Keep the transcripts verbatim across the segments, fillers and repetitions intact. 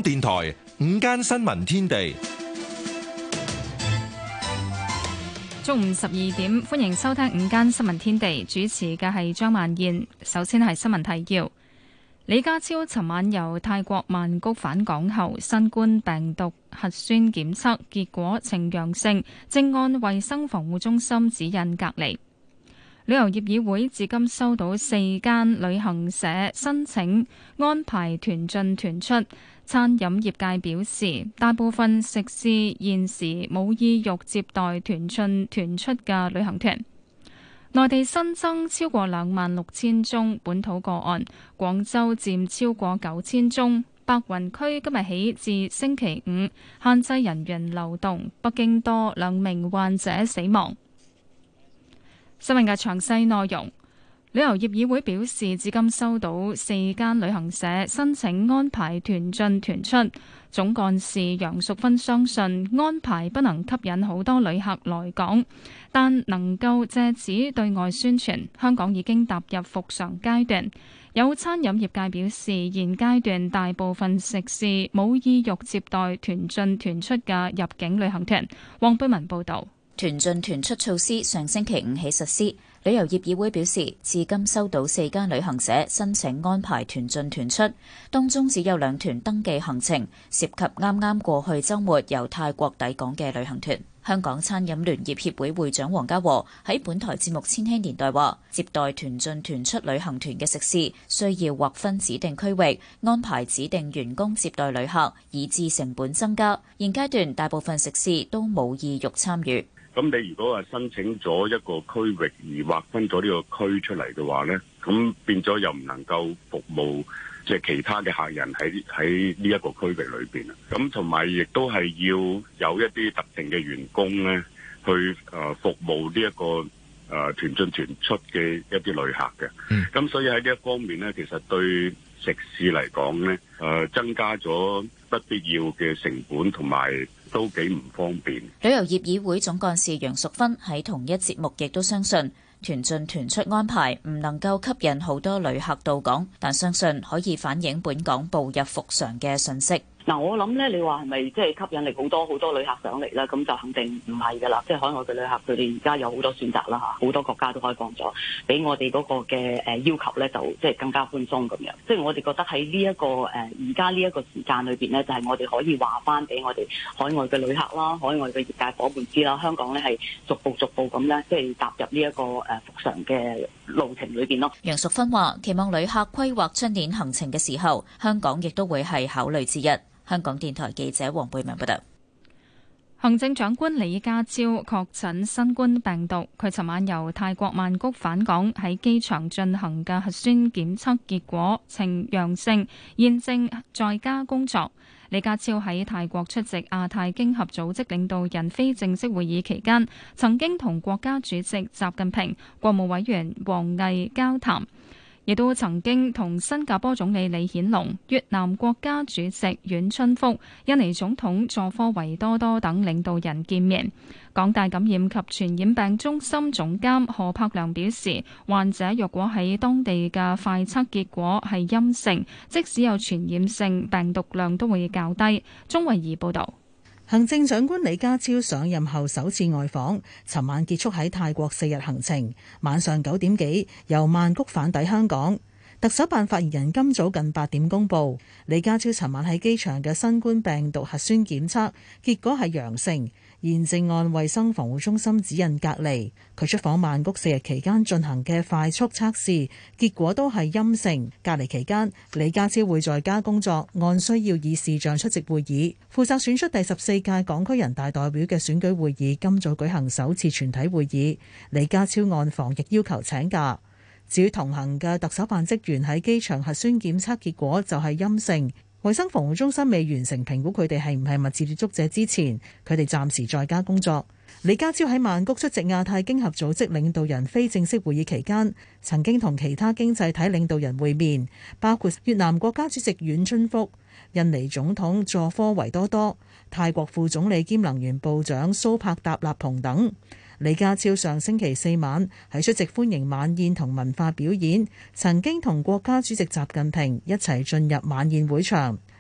電台午間新聞天地， 中午十二點，歡迎收聽午間新聞天地，主持嘅係張曼燕。首先係新聞提要。李家超尋晚由泰國曼谷返港後，新冠病毒核酸檢測結果呈陽性，正按衛生防護中心指引隔離。旅遊業議會至今收到四間旅行社申請安排團進團出。餐飲業界表示，大部分食肆現時冇意欲接待團進團出嘅旅行團。內地新增超過兩萬六千宗本土個案，廣州佔超過九千宗。白雲區今日起至星期五限制人員流動，北京多兩名患者死亡。新聞嘅詳細內容。旅遊業議會表示，至今收到四間旅行社申請安排團進團出。總幹事楊淑芬相信安排不能吸引好多旅客來港，但能夠借此對外宣傳香港已經踏入復常階段。有餐飲業界表示，現階段大部分食肆冇意欲接待團進團出嘅入境旅行團。黃貝文報導。 團進團出措施上星期五起實施。旅遊業議會表示，至今收到四間旅行社申請安排團進團出，當中只有兩團登記行程，涉及啱啱過去週末由泰國抵港嘅旅行團。香港餐飲聯業協會會長黃家和喺本台節目《千禧年代》話，接待團進團出旅行團嘅食肆需要劃分指定區域，安排指定員工接待旅客，以致成本增加。現階段大部分食肆都冇意欲參與。 咁你如果話申請咗一個區域而劃分咗呢個區出嚟嘅話呢，咁變咗又唔能夠服務即係其他嘅客人喺喺呢一個區域裏邊啊。咁同埋亦都係要有一啲特定嘅員工呢去誒服務呢一個誒團進團出嘅一啲旅客嘅。咁、嗯、所以喺呢一方面呢，其實對食肆嚟講呢，誒增加咗不必要嘅成本同埋，都幾唔方便。 旅遊業議會總幹事楊淑芬喺同一節目亦都相信團進團出安排唔能夠吸引好多旅客到港，但相信可以反映本港步入復常嘅訊息。 嗱，我諗咧，你話係咪即係吸引力好多好多旅客上嚟咧？咁就肯定唔係㗎啦。即係海外嘅旅客，佢哋而家有好多選擇啦嚇，好多國家都開放咗，俾我哋嗰個嘅誒要求咧，就即係更加寬鬆咁樣。即係我哋覺得喺呢一個誒而家呢一個時間裏邊咧，就係我哋可以話翻俾我哋海外嘅旅客啦、海外嘅業界伙伴知啦，香港咧係逐步逐步咁咧，即係踏入呢一個誒復常嘅路程裏邊咯。 楊淑芬話：期望旅客規劃出年行程嘅時候，香港亦都會係考慮之一。香港電台記者黃貝文報道。 行政長官李家超確診新冠病毒，佢尋晚由泰國曼谷返港，喺機場進行嘅核酸檢測結果呈陽性，現正在家工作。李家超喺泰國出席亞太經合組織領導人非正式會議期間，曾經同國家主席習近平、國務委員王毅交談。亦都曾經同新加坡總理李顯龍、越南國家主席阮春福、印尼總統佐科維多多等領導人見面。港大感染及傳染病中心總監何柏良表示，患者若果喺當地嘅快測結果係陰性，即使有傳染性，病毒量都會較低。鍾慧儀報導。 行政長官李家超上任後首次外訪，尋晚結束喺泰國四日行程，晚上九點幾由曼谷返抵香港。特首辦發言人今早近八點公佈，李家超尋晚喺機場嘅新冠病毒核酸檢測結果係陽性，現正按衛生防護中心指引隔離。佢出訪曼谷四日期間進行嘅快速測試結果都係陰性。隔離期間，李家超會在家工作，按需要以視像出席會議。負責選出第十四屆港區人大代表嘅選舉會議今早舉行首次全體會議，李家超按防疫要求請假。至於同行嘅特首辦職員喺機場核酸檢測結果就係陰性，衛生防護中心未完成評估佢哋係唔係密切接觸者之前，佢哋暫時在家工作。李家超喺曼谷出席亞太經合組織領導人非正式會議期間，曾經同其他經濟體領導人會面，包括越南國家主席阮春福、印尼總統佐科維多多、泰國副總理兼能源部長蘇柏達納蓬等。李家超上星期四晚喺出席歡迎晚宴同文化表演，曾經同國家主席習近平一齊進入晚宴會場。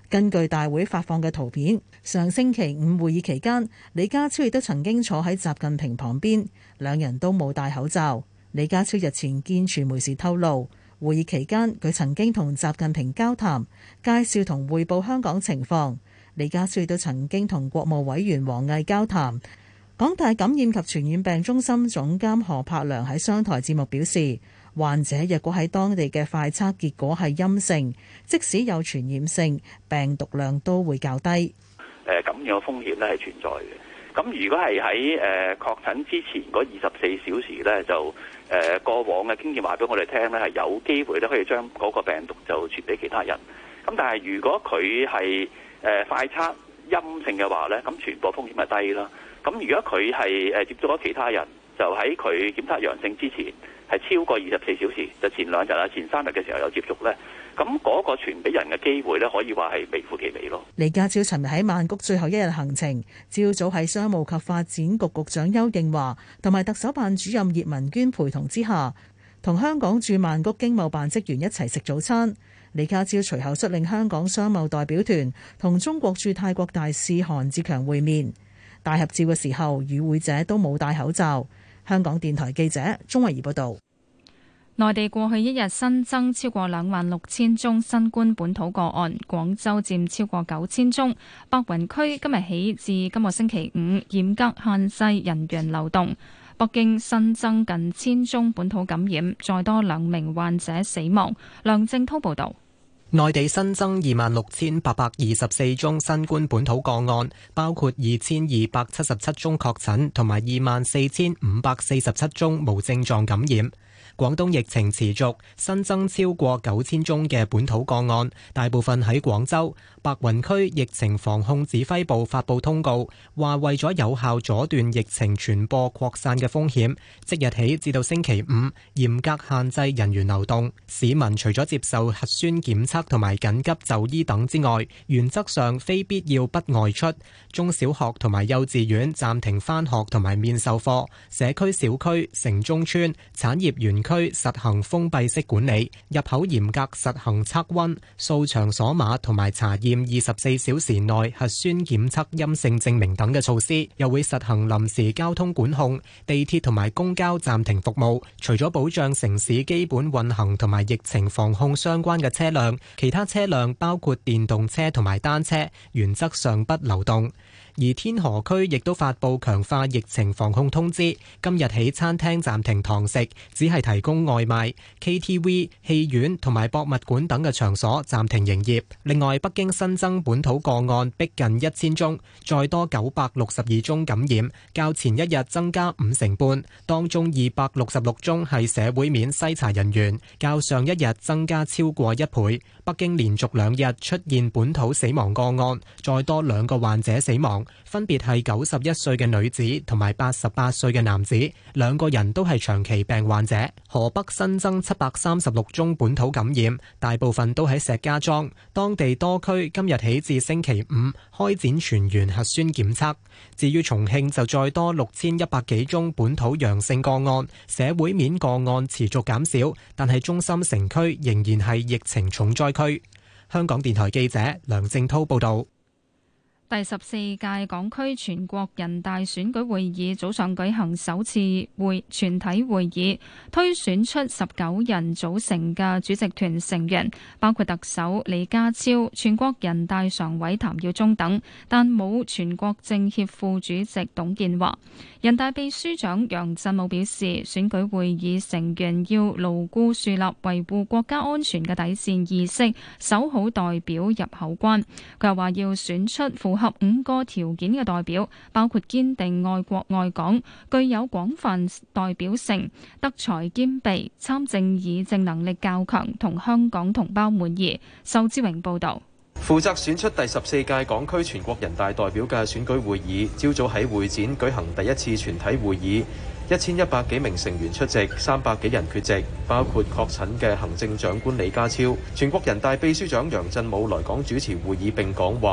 根據大會發放嘅圖片，上星期五會議期間，李家超亦都曾經坐喺習近平旁邊，兩人都冇戴口罩。李家超日前見傳媒時透露，會議期間佢曾經同習近平交談，介紹同匯報香港情況。李家超亦都曾經同國務委員王毅交談。港大感染及傳染病中心總監何柏良喺商台節目表示，患者若果喺當地嘅快測結果係陰性，即使有傳染性，病毒量都會較低。 誒感染嘅風險咧係存在嘅。咁如果係喺誒確診之前嗰二十四小時咧，就誒過往嘅經驗話俾我哋聽咧，係有機會咧可以將嗰個病毒就傳俾其他人。咁但係如果佢係誒快測陰性嘅話咧，咁傳播風險係低啦。咁如果佢係誒接觸咗其他人，就喺佢檢測陽性之前係超過二十四小時，就前兩日啊、前三日嘅時候有接觸咧，咁嗰個傳俾人嘅機會咧，可以話係微乎其微咯。 李家超尋日喺曼谷最後一日行程，朝早喺商務及發展局局長邱應華同埋特首辦主任葉文娟陪同之下，同香港駐曼谷經貿辦職員一齊食早餐。李家超隨後率領香港商貿代表團同中國駐泰國大使韓志強會面。大合照嘅時候，與會者都冇戴口罩。香港電台記者鍾慧儀報道。 內地過去一日新增超過兩萬六千宗新冠本土個案，廣州佔超過九千宗。白雲區今日起至今個星期五嚴格限制人員流動。北京新增近千宗本土感染，再多兩名患者死亡。梁正濤報道。 內地新增二萬六千八百二十四宗新冠本土個案，包括二千二百七十七宗確診，同埋二萬四千五百四十七宗無症狀感染。廣東疫情持續，新增超過九千宗嘅本土個案，大部分喺廣州。白雲區疫情防控指揮部發布通告，話為咗有效阻斷疫情傳播擴散嘅風險，即日起至到星期五，嚴格限制人員流動。市民除咗接受核酸檢測同埋緊急就醫等之外，原則上非必要不外出。中小學同埋幼稚園暫停返學同埋面授課，社區小區、城中村、產業園區實行封閉式管理，入口嚴格實行測溫、掃場所碼同埋查驗二十四小時內核酸檢測陰性證明等嘅措施，又會實行臨時交通管控，地鐵同埋公交暫停服務。除咗保障城市基本運行同埋疫情防控相關嘅車輛，其他車輛包括電動車同埋單車，原則上不流動。而天河區亦都發布強化疫情防控通知，今日起餐廳暫停堂食，只係提供外賣。K T V、戲院同埋博物館等嘅場所暫停營業。另外，北京新增本土個案逼近一千宗，再多九百六十二宗感染，較前一日增加五成半。當中二百六十六宗係社會面篩查人員，較上一日增加超過一倍。北京連續兩日出現本土死亡個案，再多兩個患者死亡。分別係九十一歲嘅女子同埋八十八歲嘅男子，兩個人都係長期病患者。河北新增七百三十六宗本土感染，大部分都喺石家莊。當地多區今日起至星期五開展全員核酸檢測。至於重慶就再多六千一百幾宗本土陽性個案，社會面個案持續減少，但係中心城區仍然係疫情重災區。香港電台記者梁正濤報道。 第十四屆港區全國人大選舉會議早上舉行首次會全體會議，推選出十九人組成嘅主席團成員，包括特首李家超、全國人大常委譚耀宗等，但冇全國政協副主席董建華。人大秘書長楊振武表示，選舉會議成員要牢固樹立維護國家安全嘅底線意識，守好代表入口關。佢又話要選出符合五個條件嘅代表，包括堅定愛國愛港、具有廣泛代表性、德才兼備、參政議政能力較強，同香港同胞滿意。仇志榮報導。 負責選出第十四屆港區全國人大代表嘅選舉會議，朝早喺會展舉行第一次全體會議，一千一百幾名成員出席，三百幾人缺席，包括確診嘅行政長官李家超。全國人大秘書長楊振武來港主持會議並講話，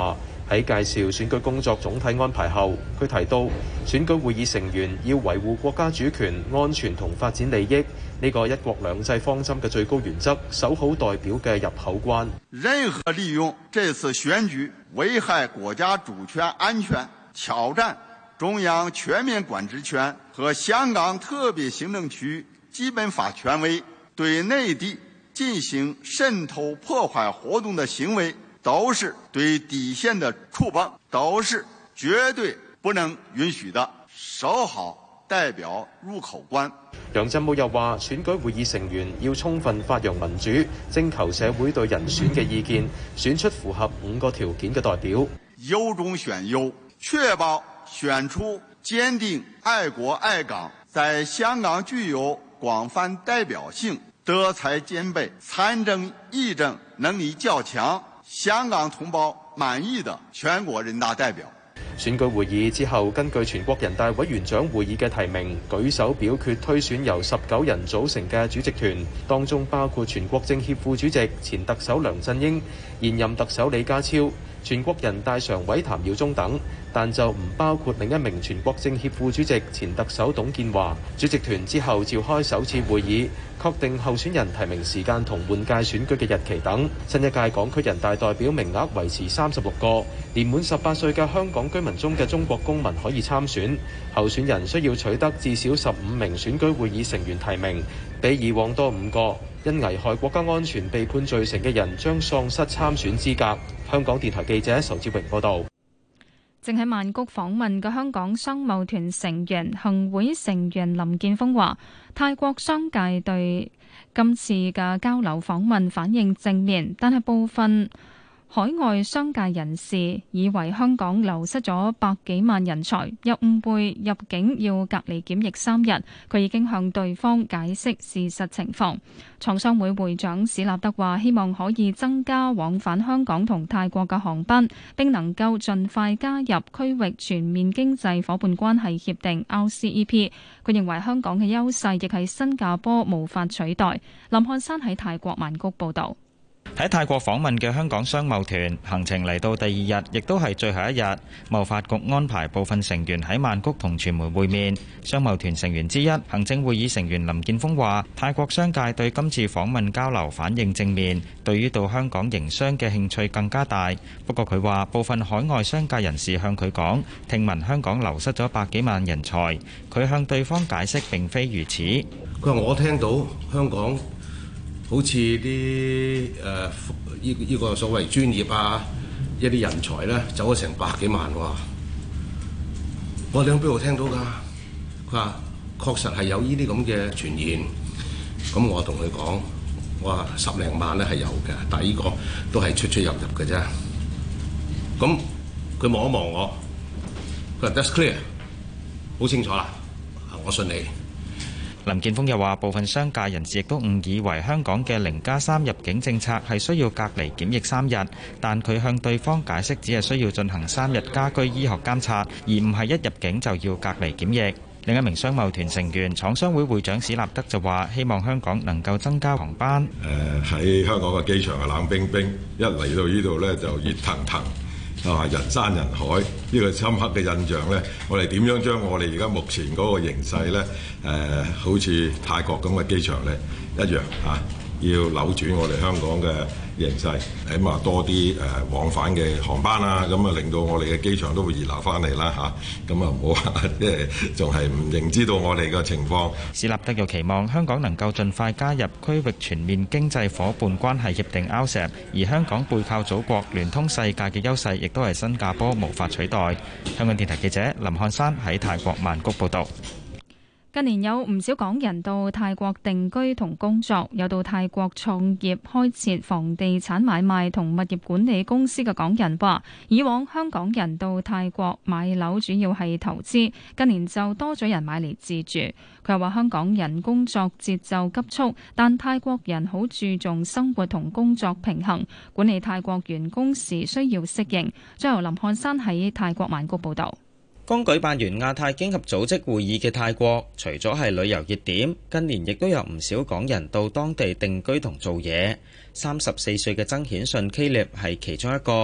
喺介紹選舉工作總體安排後，佢提到選舉會議成員要維護國家主權、安全同發展利益，呢個一國兩制方針嘅最高原則，守好代表嘅入口關。 任何利用這次選舉危害國家主權安全、挑戰中央全面管治權和香港特別行政區基本法權威，對內地進行滲透破壞活動的行為，都是對底線的觸碰，都是絕對不能允許的。守好代表入口關。 楊振武又話，選舉會議成員要充分發揚民主，徵求社會對人選嘅意見，選出符合五個條件嘅代表。 優中選優，確保選出堅定愛國愛港，在香港具有廣泛代表性、德才兼備、參政議政能力較強、香港同胞滿意的全國人大代表。 選舉會議之後，根據全國人大委員長會議嘅提名，舉手表決推選由十九人組成嘅主席團，當中包括全國政協副主席、前特首梁振英、現任特首李家超、全國人大常委譚耀宗等，但就唔包括另一名全國政協副主席、前特首董建華。主席團之後召開首次會議，確定候選人提名時間同換屆選舉嘅日期等。新一屆港區人大代表名額維持三十六個，年滿十八歲嘅香港居民中嘅中國公民可以參選。候選人需要取得至少十五名選舉會議成員提名，比以往多五個。因危害國家安全被判罪成嘅人將喪失參選資格。香港電台記者仇志榮報道。 正喺曼谷訪問嘅香港商貿團成員、行會成員林健鋒話，泰國商界對今次嘅交流訪問反應正面，但係部分海外商界人士以為香港流失咗百幾萬人才，又誤會入境要隔離檢疫三日。佢已經向對方解釋事實情況。廠商會會長史立德話，希望可以增加往返香港同泰國嘅航班，並能夠盡快加入區域全面經濟夥伴關係協定 R C E P。佢認為香港嘅優勢亦係新加坡無法取代。林漢山喺泰國曼谷報導。 喺泰國訪問嘅香港商貿團行程嚟到第二日，亦都係最後一日。貿發局安排部分成員喺曼谷同傳媒會面。商貿團成員之一、行政會議成員林健鋒話，泰國商界對今次訪問交流反應正面，對於到香港營商嘅興趣更加大。不過佢話，部分海外商界人士向佢講，聽聞香港流失咗百幾萬人才。佢向對方解釋並非如此。 佢話我聽到香港好似啲誒呢呢個所謂專業啊，一啲人才咧走咗成百幾萬喎。我哋喺邊度聽到㗎？佢話確實係有呢啲咁嘅傳言。咁我同佢講，我話十零萬咧係有嘅，但係呢個都係出出入入嘅啫。咁佢望一望我，佢話 That's clear， 好清楚啦，我信你。 林健鋒又話，部分商界人士亦都誤以為香港嘅零加三入境政策係需要隔離檢疫三日，但佢向對方解釋，只係需要進行三日家居醫學監察，而唔係一入境就要隔離檢疫。另一名商貿團成員、廠商會會長史立德就話，希望香港能夠增加航班。 誒喺香港嘅機場係冷冰冰，一嚟到呢度呢就熱騰騰。啊！人山人海，呢個深刻嘅印象呢，我哋點樣將我哋而家目前嗰個形勢呢？誒，好似泰國咁嘅機場呢一樣啊，要扭轉我哋香港嘅形勢，起碼多啲誒往返嘅航班啊，咁啊令到我哋嘅機場都會熱鬧翻嚟啦嚇，咁啊唔好話即係仲係唔認知到我哋嘅情況。 史立德又期望香港能夠盡快加入區域全面經濟夥伴關係協定 R C E P， 而香港背靠祖國、聯通世界嘅優勢，亦都係新加坡無法取代。香港電台記者林漢山喺泰國曼谷報導。 近年有唔少港人到泰國定居同工作，有到泰國創業開設房地產買賣同物業管理公司嘅港人話，以往香港人到泰國買樓主要係投資，近年就多咗人買嚟自住。佢又話香港人工作節奏急促，但泰國人好注重生活同工作平衡，管理泰國員工時需要適應。再由林漢山喺泰國曼谷報導。 剛舉辦完亞太經合組織會議嘅泰國，除咗係旅遊熱點，近年亦都有唔少港人到當地定居同做嘢。三十四歲嘅曾顯順 Caleb 係其中一個。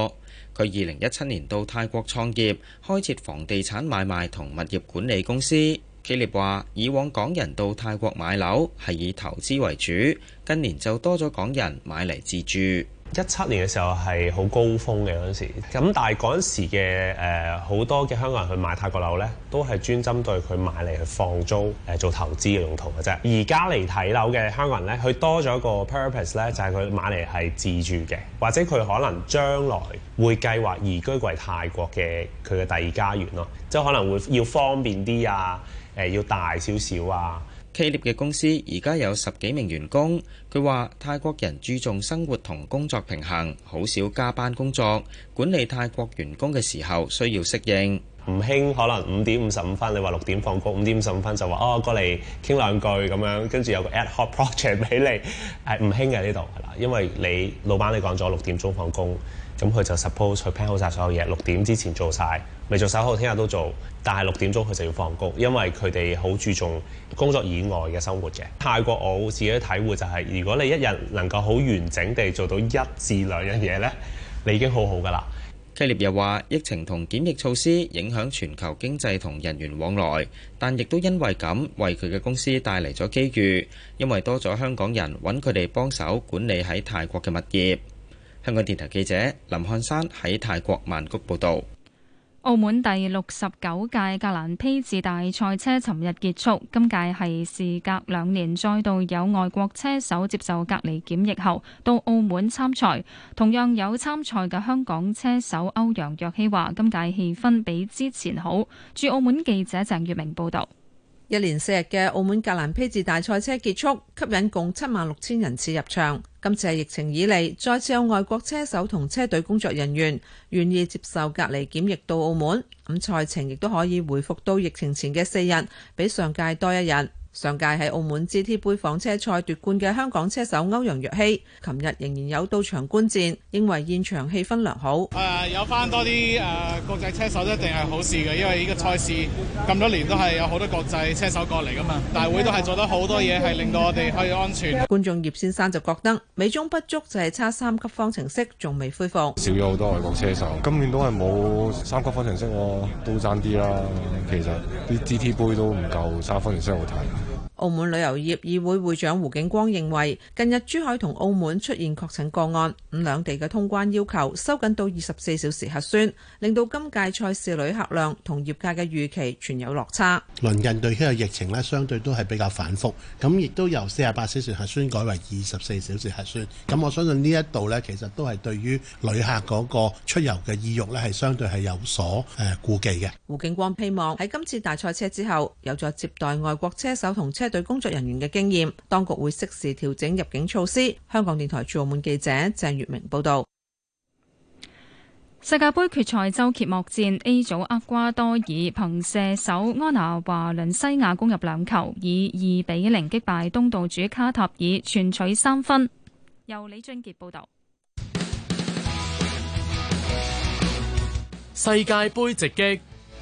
佢二零一七年到泰國創業，開設房地產買賣同物業管理公司。基列話：以往港人到泰國買樓係以投資為主，近年就多咗港人買嚟自住。 一七年嘅時候係好高峰嘅嗰陣時，咁但係嗰陣時嘅誒好多嘅香港人去買泰國樓呢，都係專針對佢買嚟去放租誒、呃、做投資嘅用途嘅啫。而家嚟睇樓嘅香港人呢，佢多咗一個 purpose 呢，就係佢買嚟係自住嘅，或者佢可能將來會計劃移居過嚟泰國嘅佢嘅第二家園咯，即係可能會要方便啲啊，誒、呃、要大少少啊。 K 列嘅公司而家有十幾名員工，佢話泰國人注重生活同工作平衡，好少加班工作，管理泰國員工嘅時候需要適應。 唔興可能五點五十五分，你話六點放工，五點五十五分就話哦過嚟傾兩句咁樣，跟住有個 ad hoc project 俾你，係唔興嘅呢度係啦，因為你老闆你講咗六點鐘放工，咁佢就 suppose 佢 plan 好晒所有嘢，六點之前做晒，未做手好聽日都做，但係六點鐘佢就要放工，因為佢哋好注重工作以外嘅生活嘅。泰國我自己體會就係、是，如果你一日能夠好完整地做到一至兩樣嘢呢，你已經好好㗎啦。 基列又話：疫情同檢疫措施影響全球經濟同人員往來，但亦都因為咁為佢嘅公司帶嚟咗機遇，因為多咗香港人揾佢哋幫手管理喺泰國嘅物業。香港電台記者林漢山喺泰國曼谷報導。 澳門第六十九屆格蘭披治大賽車尋日結束，今屆係事隔兩年再度有外國車手接受隔離檢疫後到澳門參賽。同樣有參賽嘅香港車手歐陽若曦話：今屆氣氛比之前好。駐澳門記者鄭月明報導。 一連四日嘅澳門格蘭披治大賽車結束，吸引共七萬六千人次入場。今次係疫情以嚟再次有外國車手同車隊工作人員願意接受隔離檢疫到澳門，咁賽程亦都可以回復到疫情前嘅四日，比上屆多一日。上屆喺澳門 G T 杯房車賽奪冠嘅香港車手歐陽若曦，琴日仍然有到場觀戰，認為現場氣氛良好。 誒、呃、有翻多啲誒、呃、國際車手一定係好事嘅，因為呢個賽事咁多年都係有好多國際車手過嚟噶嘛，大會都係做得好多嘢，係令到我哋可以安全。 觀眾葉先生就覺得美中不足就係差三級方程式仲未恢復， 少咗好多外國車手，今年都係冇三級方程式喎，都爭啲啦。其實啲 G T 杯都唔夠三級方程式好睇。 澳門旅遊業議會會長胡景光認為，近日珠海同澳門出現確診個案，咁兩地嘅通關要求收緊到二十四小時核酸，令到今屆賽事旅客量同業界嘅預期存有落差。 鄰近地區嘅疫情呢，相對都係比較反覆，咁亦都由四十八小時核酸改為二十四小時核酸。咁我相信呢一度呢，其實都係對於旅客嗰個出遊嘅意欲呢，係相對係有所誒顧忌嘅。 胡景光希望喺今次大賽車之後，有助接待外國車手同車對工作人員嘅經驗，當局會適時調整入境措施。香港電台駐澳門記者鄭月明報道。 世界盃決賽周揭幕戰 A 組厄瓜多爾憑射手安娜華倫西亞攻入兩球，以二比零擊敗東道主卡塔爾，全取三分。由李俊傑報道。 世界盃直擊。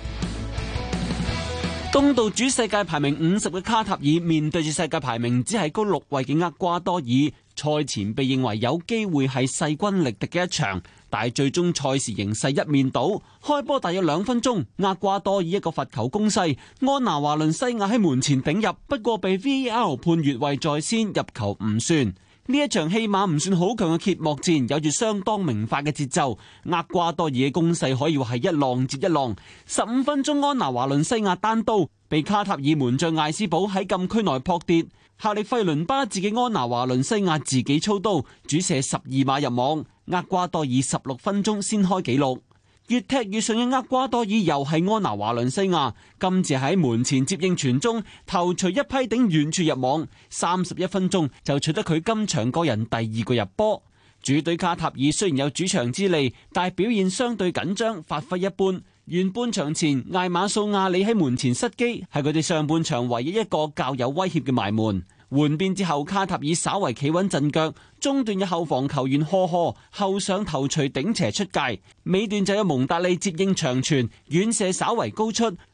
東道主世界排名五十嘅卡塔爾面對住世界排名只係高六位嘅厄瓜多爾，賽前被認為有機會係勢均力敵嘅一場，但係最終賽事形勢一面倒。開波大約兩分鐘，厄瓜多爾一個罰球攻勢，安娜華倫西亞喺門前頂入，不過被 V A R 判越位在先，入球唔算。呢一場戲碼唔算好強嘅揭幕戰，有住相當明快嘅節奏。厄瓜多爾嘅攻勢可以話係一浪接一浪。十五分鐘，安娜華倫西亞單刀被卡塔爾門將艾斯堡喺禁區內撲跌，效力費倫巴治嘅安娜華倫西亞自己操刀主射十二碼入網。厄瓜多爾十六分鐘先開紀錄。越踢越順嘅厄瓜多爾又係安娜華倫西亞，今次喺門前接應傳中，頭槌一批頂遠處入網。三十一分鐘就取得佢今場個人第二個入波。主隊卡塔爾雖然有主場之利，但係表現相對緊張，發揮一般。完半場前，艾馬素亞里喺門前失機，係佢哋上半場唯一一個較有威脅嘅埋門。換邊之後，卡塔爾稍為企穩陣腳，中段有後防球員呵呵後上頭槌頂斜出界，尾段就有蒙達利接應長傳遠射稍為高出，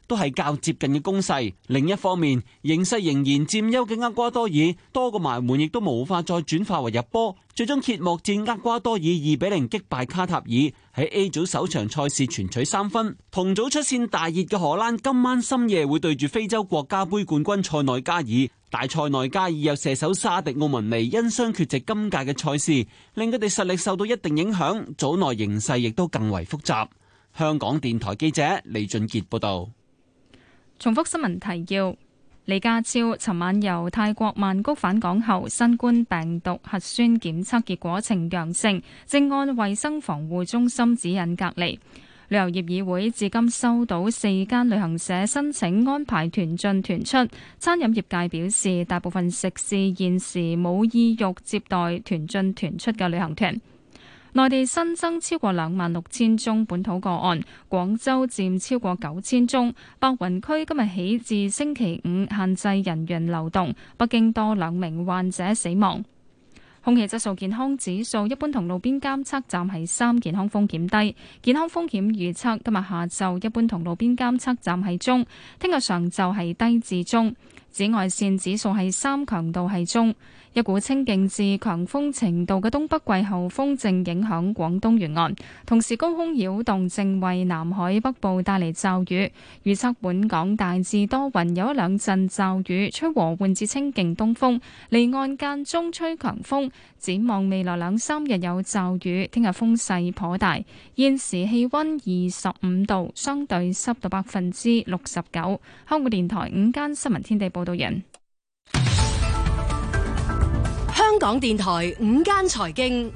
都係較接近嘅攻勢。另一方面，形勢仍然佔優嘅厄瓜多爾多個埋門亦都無法再轉化為入波，最終揭幕戰厄瓜多爾二比零擊敗卡塔爾，喺 A 組首場賽事全取三分。同組出線大熱嘅荷蘭今晚深夜會對住非洲國家杯冠軍塞內加爾。大塞內加爾有射手沙迪奧文尼因傷缺席今屆嘅賽事，令佢哋實力受到一定影響，組內形勢亦都更為複雜。香港電台記者李俊傑報道。 重複新聞提要：李家超尋晚由泰國曼谷返港後，新冠病毒核酸檢測結果呈陽性，正按衛生防護中心指引隔離。旅遊業議會至今收到四間旅行社申請安排團進團出，餐飲業界表示，大部分食肆現時冇意欲接待團進團出嘅旅行團。內地新增超過兩萬六千宗本土個案，廣州佔超過九千宗。白雲區今日起至星期五限制人員流動，北京多兩名患者死亡。空氣質素健康指數一般同路邊監測站係三，健康風險低。健康風險預測今日下晝一般同路邊監測站係中，聽日上晝係低至中。紫外線指數係三，強度係中。一股清勁至強風程度嘅東北季候風正影響廣東沿岸，同時高空擾動正為南海北部帶嚟驟雨。預測本港大致多雲，有一兩陣驟雨，吹和緩至清勁東風，離岸間中吹強風。展望未來兩三日有驟雨，聽日風勢頗大。現時氣溫二十五度，相對濕度百分之六十九。香港電台午間新聞天地報道人。 香港電台午間財經，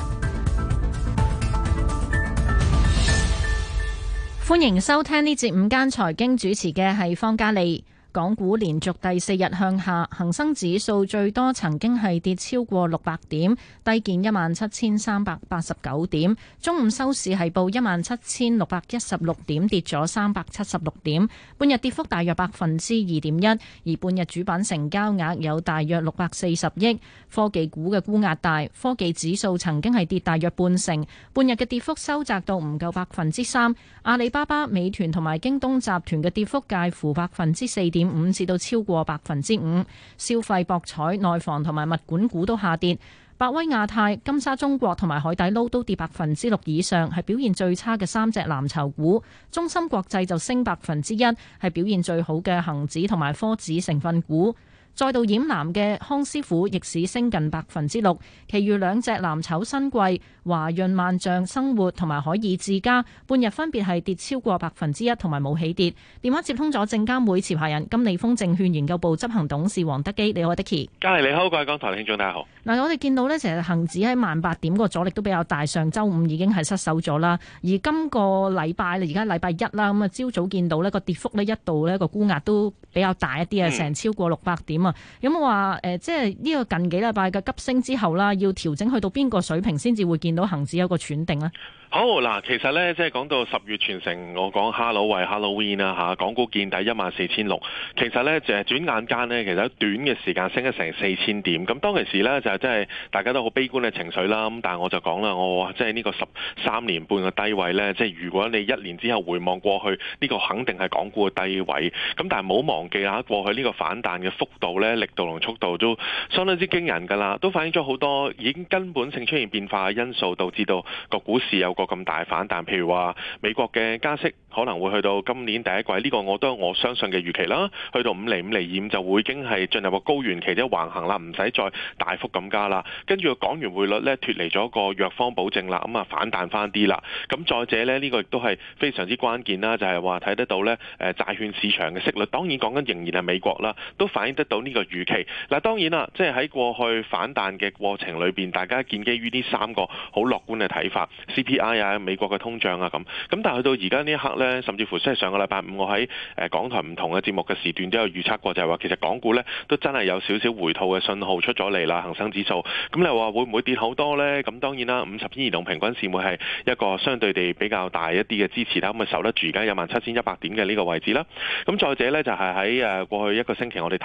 歡迎收聽呢節午間財經，主持嘅係方嘉利。港股連續第四日向下，恒生指數最多曾經係跌超過六百點，低見一萬七千三百八十九點。中午收市係報一萬七千六百一十六點，跌咗三百七十六點。半日跌幅大約百分之二點一，而半日主板成交額有大約六百四十億。科技股嘅沽壓大，科技指數曾經係跌大約半成，半日嘅跌幅收窄到唔夠百分之三。阿里巴巴、美團同埋京東集團嘅跌幅介乎百分之四點五至到超過百分之五，消費、博彩、內房同埋物管股都下跌。百威亞太、金沙中國同埋海底撈都跌百分之六以上，係表現最差嘅三隻藍籌股。中芯國際就升百分之一，係表現最好嘅恒指同埋科指成分股。再度染藍嘅康師傅逆市升近百分之六，其餘兩隻藍籌新貴華潤萬象生活同埋海爾智家半日分別係跌超過百分之一同埋冇起跌。電話接通咗證監會持牌人金利豐證券研究部執行董事黃德基，你好，Dicky。 嘉麗你好，各位港台聽眾大家好。 嗱，我哋見到呢，其實恒指喺萬八點個阻力都比較大，上週五已經係失守咗啦。而今個禮拜而家禮拜一啦，咁啊朝早見到呢個跌幅呢，一度呢個沽壓都比較大一啲啊，成超過六百點。有冇話誒，即係呢個近幾禮拜嘅急升之後啦，要調整去到邊個水平先至會見到恒指有個喘定呢？ 好嗱，其實咧即係講到十月全城，我講 Hello 為 Halloween 啦嚇，港股見底一萬四千六，其實咧就係轉眼間呢，其實喺短嘅時間升咗成四千點。咁當其時咧就係即係大家都好悲觀嘅情緒啦。咁但係我就講啦，我話即係呢個十三年半嘅低位咧，即係如果你一年之後回望過去，呢個肯定係港股嘅低位。咁但係冇忘記啊，過去呢個反彈嘅幅度咧、力度同速度都相當之驚人㗎啦，都反映咗好多已經根本性出現變化嘅因素，導致到個股市有個咁大反彈。譬如話美國嘅加息可能會去到今年第一季，呢個我都有我相信嘅預期啦。去到五厘、五厘二就會已經係進入個高原期，即係橫行啦，唔使再大幅咁加啦。跟住個港元匯率咧脫離咗個弱方保證啦，咁啊反彈翻啲啦。咁再者咧，呢個亦都係非常之關鍵啦，就係話睇得到咧誒債券市場嘅息率，當然講緊仍然係美國啦，都反映得到呢個預期。嗱，當然啦，即係喺過去反彈嘅過程裏邊，大家建基於呢三個好樂觀嘅睇法 ，C P I 啊、美國嘅通脹啊咁。咁但係去到而家呢一刻呢，甚至乎即係上個禮拜五，我喺誒港台唔同嘅節目嘅時段都有預測過，就係話其實港股呢都真係有少少回吐嘅信號出咗嚟啦，恒生指數。咁你話會唔會跌好多呢？咁當然啦，五十天移動平均線會係一個相對地比較大一啲嘅支持啦，咁啊守得住而家有萬七千一百點嘅呢個位置啦。咁再者呢，就係喺誒過去一個星期，我哋睇咗好多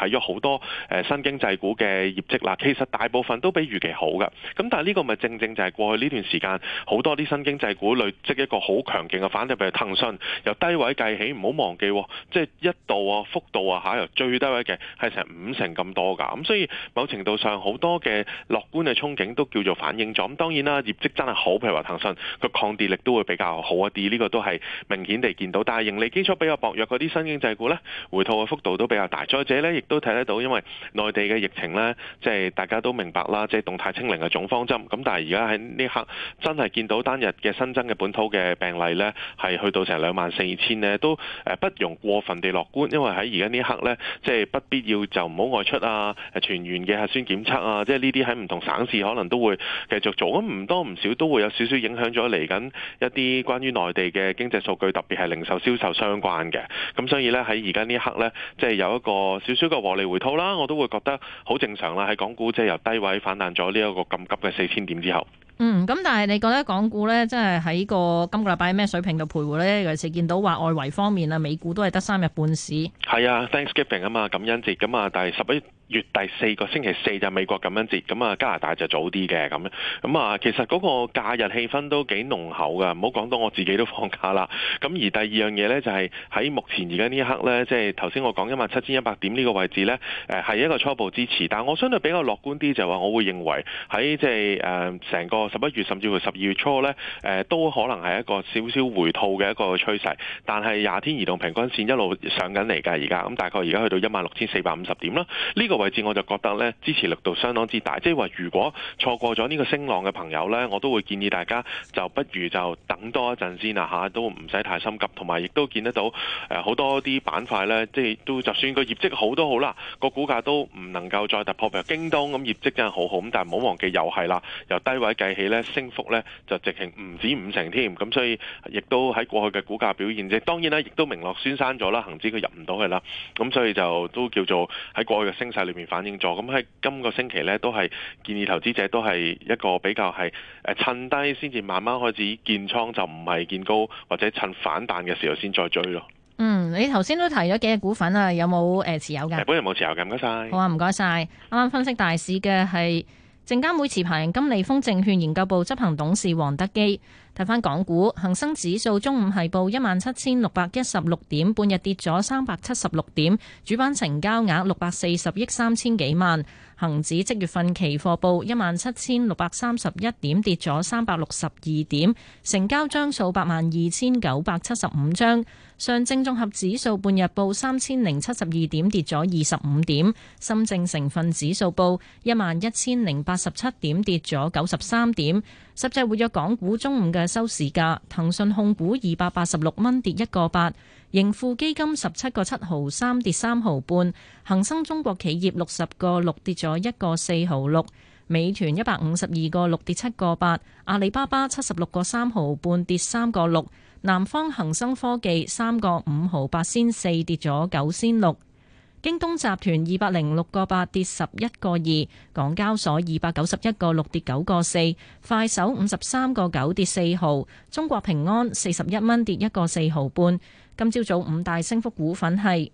多誒新經濟股嘅業績啦，其實大部分都比預期好㗎。咁但係呢個咪正正就係過去呢段時間好多啲新經濟股累積一個好強勁嘅反彈，譬如騰訊由低位計起，唔好忘記，即係一度啊幅度啊嚇由最低位嘅係成五成咁多㗎。咁所以某程度上好多嘅樂觀嘅憧憬都叫做反映咗。咁當然啦，業績真係好，譬如話騰訊個抗跌力都會比較好一啲，呢個都係明顯地見到。但係盈利基礎比較薄弱嗰啲新經濟股呢，回吐嘅幅度都比較大。再者呢，亦都睇得到，因為內地嘅疫情呢，即係大家都明白啦，即係動態清零嘅總方針。咁但係而家喺呢刻真係見到單日嘅新增嘅本土嘅病例呢，係去到成兩萬四千呢，都誒不容過分地樂觀。因為喺而家呢一刻呢，即係不必要就唔好外出啊，全員嘅核酸檢測啊，即係呢啲喺唔同省市可能都會繼續做。咁唔多唔少都會有少少影響咗嚟緊一啲關於內地嘅經濟數據，特別係零售銷售相關嘅。咁所以呢，喺而家呢一刻呢，即係有一個少少嘅獲利回吐啦，我都會覺得好正常啦。喺港股即係由低位反彈咗呢一個咁急嘅四千點之後。 嗯，咁但係你覺得港股咧，即係喺個今個禮拜咩水平度徘徊咧？尤其是見到話外圍方面啊，美股都係得三日半市。係啊 ，Thanksgiving 啊嘛，感恩節咁啊，但係十一月第四個星期四就美國感恩節，咁啊加拿大就早啲嘅咁樣，咁啊其實嗰個假日氣氛都幾濃厚㗎，唔好講到我自己都放假啦。咁而第二樣嘢呢，就係喺目前而家呢一刻呢，即係頭先我講一萬七千一百點呢個位置呢，誒係一個初步支持，但我相對比較樂觀啲，就係話我會認為喺即係誒成個十一月甚至乎十二月初呢，誒都可能係一個少少回吐嘅一個趨勢，但係廿天移動平均線一路上緊嚟㗎，而家咁大概而家去到一萬六千四百五十點啦，呢個位置我就覺得咧支持力度相當之大，即係話如果錯過咗呢個升浪嘅朋友呢，我都會建議大家就不如就等多一陣先啦嚇，都唔使太心急，同埋亦都見得到誒好多啲板塊呢，即係都就算個業績好都好啦，個股價都唔能夠再突破，譬如京東咁業績真係好好，咁但係唔好忘記又係啦，由低位計起呢，升幅呢就直情唔止五成添，咁所以亦都喺過去嘅股價表現，即係當然啦，亦都名落孫山咗啦，恆指佢入唔到去啦，咁所以就都叫做喺過去嘅升勢裏面反映咗。咁喺今個星期呢，都係建議投資者都係一個比較係誒趁低先至慢慢開始建倉，就唔係見高或者趁反彈嘅時候先再追咯。 嗯，你頭先都提咗幾隻股份啊，有冇誒持有㗎？ 本人冇持有嘅，唔該晒。 好啊，唔該晒。啱啱分析大市嘅係證監會持牌人金利豐證券研究部執行董事黃德基。睇返港股，恒生指數中午係報一萬七千六百一十六點，半日跌咗三百七十六點，主板成交額六百四十億三千幾萬。恒指即月份期貨報一萬七千六百三十一點，跌咗三百六十二點，成交張數八萬二千九百七十五張。上證綜合指數半日報三千零七十二點，跌咗二十五點。深證成分指數報一萬一千零八十七點，跌咗九十三點。十隻活躍港股中午嘅收市價，騰訊控股二百八十六蚊，跌一個八；盈富基金十七個七毫三，跌三毫半；恒生中國企業六十個六，跌咗一個四毫六；美團一百五十二個六，跌七個八；阿里巴巴七十六個三毫半，跌三個六；南方恒生科技三個五毫八仙四，跌咗九仙六。京東集團二百零六個八，跌十一個二，港交所二百九十一個六，跌九個四，快手五十三個九，跌四毫，中國平安四十一蚊，跌一個四毫半。今朝早五大升幅股份係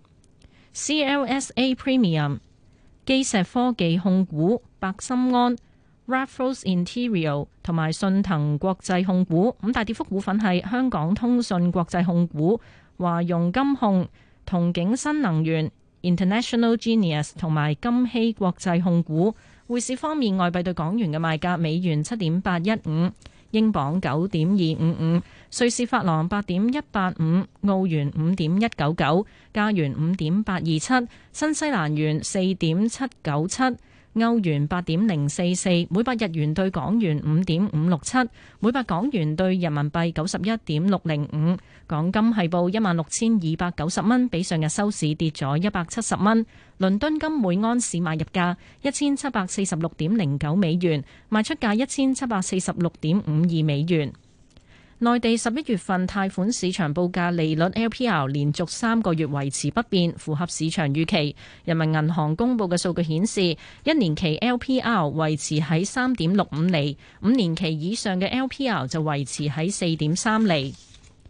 C L S A Premium、基石科技控股、百心安、Raffles Interior 同埋信騰國際控股。五大跌幅股份係香港通訊國際控股、華融金控、同景新能源、International Genius 同埋金禧國際控股。匯市方面，外幣對港元嘅賣價：美元七點八一五，英鎊九點二五五，瑞士法郎八點一八五，澳元五點一九九，加元五點八二七，新西蘭元四點七九七，歐元八點零四四，每百日元對港元五點五六七，每百港元對人民幣九十一點六零五。港金係報一萬六千二百九十蚊，比上日收市跌咗一百七十蚊。倫敦金每安士買入價一千七百四十六點零九美元，賣出價一千七百四十六點五二美元。內地十一月份貸款市場報價利率 L P R 連續三個月維持不變，符合市場預期。人民銀行公布嘅數據顯示，一年期 L P R 維持喺三點六五厘，五年期以上嘅 L P R 就維持喺四點三厘。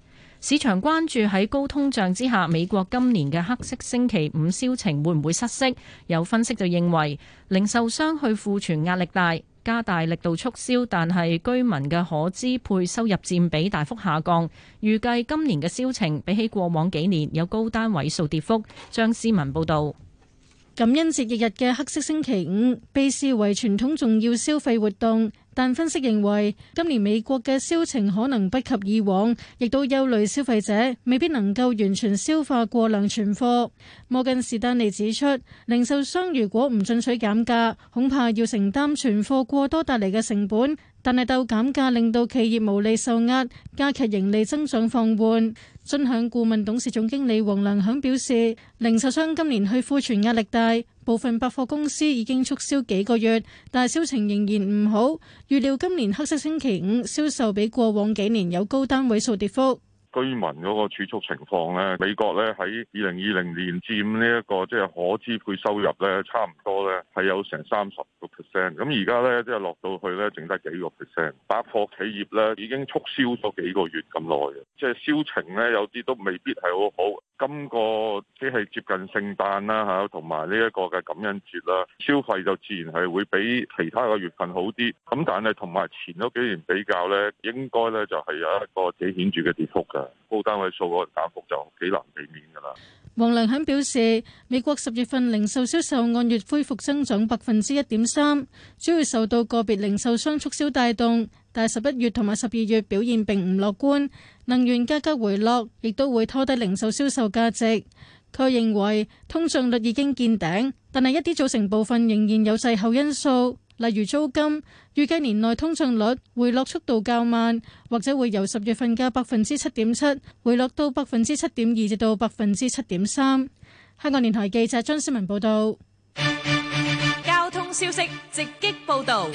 市場關注喺高通脹之下，美國今年嘅黑色星期五銷情會唔會失色？有分析就認為，零售商去庫存壓力大，加大力度促銷，但係居民嘅可支配收入佔比大幅下降。預計今年嘅銷情比起過往幾年有高單位數跌幅。張思文報導。 感恩節翌日嘅黑色星期五被視為傳統重要消費活動，但分析認為今年美國嘅銷情可能不及以往，亦都憂慮消費者未必能夠完全消化過量存貨。摩根士丹利指出，零售商如果唔進取減價，恐怕要承擔存貨過多帶嚟嘅成本，但係鬥減價令到企業毛利受壓，加劇盈利增長放緩。尊享顧問董事總經理黃良響表示，零售商今年去庫存壓力大，部分百貨公司已經促銷幾個月，但係銷情仍然唔好。預料今年黑色星期五銷售比過往幾年有高單位數跌幅。 居民嗰個儲蓄情況咧，美國咧喺二零二零年佔呢一個即係可支配收入咧，差唔多咧係有成三十個 percent。咁而家咧即係落到去咧，剩得幾個 percent。百貨企業咧已經促銷咗幾個月咁耐嘅，即係銷情咧有啲都未必係好好。今個即係接近聖誕啦嚇，同埋呢一個嘅感恩節啦，消費就自然係會比其他嘅月份好啲。咁但係同埋前嗰幾年比較咧，應該咧就係有一個幾顯著嘅跌幅㗎。高單位數嗰個減幅就幾難避免㗎啦。 黃良響表示，美國十月份零售銷售按月恢復增長百分之一點三，主要受到個別零售商促銷帶動，但係十一月同埋十二月表現並唔樂觀，能源價格回落亦都會拖低零售銷售價值。佢認為通脹率已經見頂，但係一啲組成部分仍然有滯後因素。例如租金，預計年內通脹率回落速度較慢，或者會由十月份嘅百分之七點七回落到百分之七點二至到百分之七點三。香港電台記者張思文報道。 交通消息直擊報道。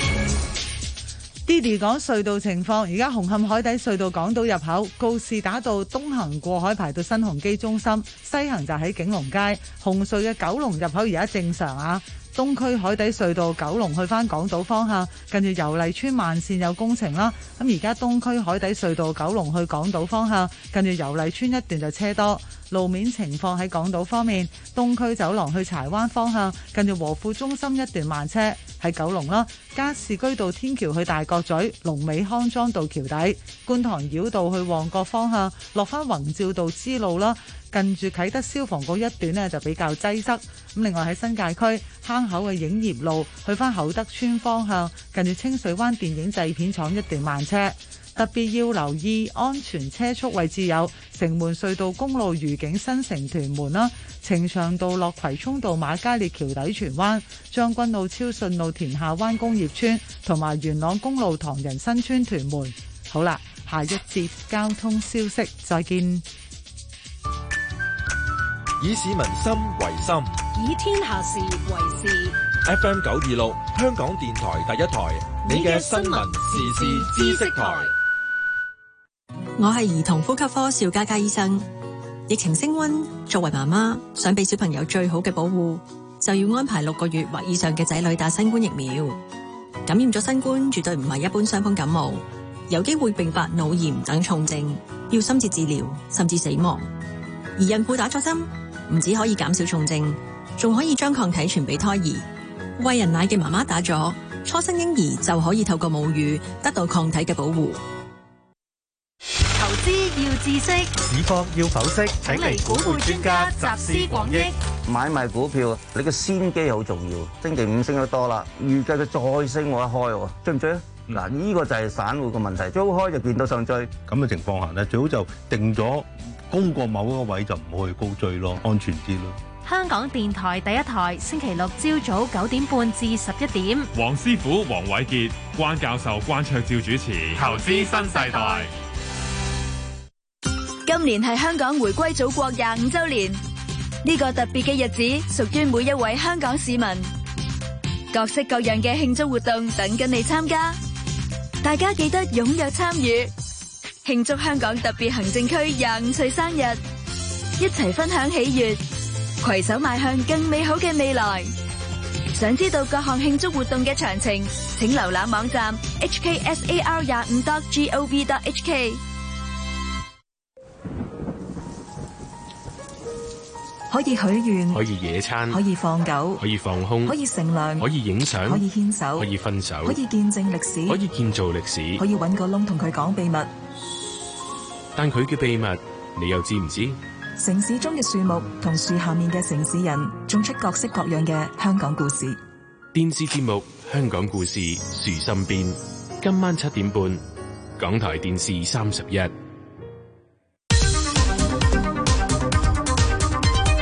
Diddy 講隧道情況，而家紅磡海底隧道港島入口告士打道東行過海排到新鴻基中心，西行就喺景隆街。紅隧嘅九龍入口而家正常啊。東區海底隧道九龍去返港島方向，近住油麗邨慢線有工程啦。咁而家東區海底隧道九龍去港島方向，近住油麗邨一段就車多。路面情況喺港島方面，東區走廊去柴灣方向，近住和富中心一段慢車。喺九龍啦，加士居道天橋去大角咀，龍尾康莊道橋底，觀塘繞道去旺角方向，落返宏照道支路啦。近住啟德消防局一段呢就比較擠塞。咁另外喺新界區坑口嘅影業路去返厚德村方向，近住清水灣電影製片廠一段慢車。特別要留意安全車速位置有城門隧道公路愉景新城屯門啦，呈祥道落葵涌道馬嘉烈橋底荃灣，將軍澳超順路田下灣工業村同埋元朗公路唐人新村屯門。好啦，下一節交通消息再見。 以市民心為心， 以天下事為事。 F M 九二六香港電台第一台，你嘅新聞時事知識台。 我係兒童呼吸科邵嘉嘉醫生。疫情升溫，作為媽媽想俾小朋友最好嘅保護，就要安排六個月或以上嘅仔女打新冠疫苗。感染咗新冠絕對唔係一般傷風感冒，有機會併發腦炎等重症，要深切治療甚至死亡。而孕婦打咗針，唔止可以減少重症，仲可以將抗體傳俾胎兒。餵人奶嘅媽媽打咗，初生嬰兒就可以透過母乳得到抗體嘅保護。 投資要知識， 市況要剖析，請嚟股匯專家集思廣益。 買賣股票，你個先機好重要。星期五升得多啦，預計佢再升我一開喎，追唔追啊？嗱、嗯，呢個就係散戶嘅問題，追開就見到上追。 咁嘅情況下咧，最好就定咗高過某一個位就唔好去高追咯，安全啲咯。 香港電台第一台，星期六朝早九點半至十一點， 黃師傅黃偉傑、關教授關卓照主持《投資新世代》。 今年係香港回歸祖國廿五週年，呢個特別嘅日子屬於每一位香港市民。各式各樣嘅慶祝活動等緊你參加，大家記得踴躍參與，慶祝香港特別行政區廿五歲生日，一齊分享喜悅，攜手邁向更美好嘅未來。想知道各項慶祝活動嘅詳情，請瀏覽網站 h k s a r 廿五 dot gov dot h k。 可以許願， 可以野餐， 可以放狗， 可以放空， 可以乘涼， 可以影相， 可以牽手， 可以分手， 可以見證歷史， 可以建造歷史， 可以搵個窿同佢講秘密。 但佢嘅秘密，你又知唔知？ 城市中嘅樹木同樹下面嘅城市人，種出各式各樣嘅香港故事。 電視節目《香港故事樹身邊》，今晚七點半，港台電視三十一。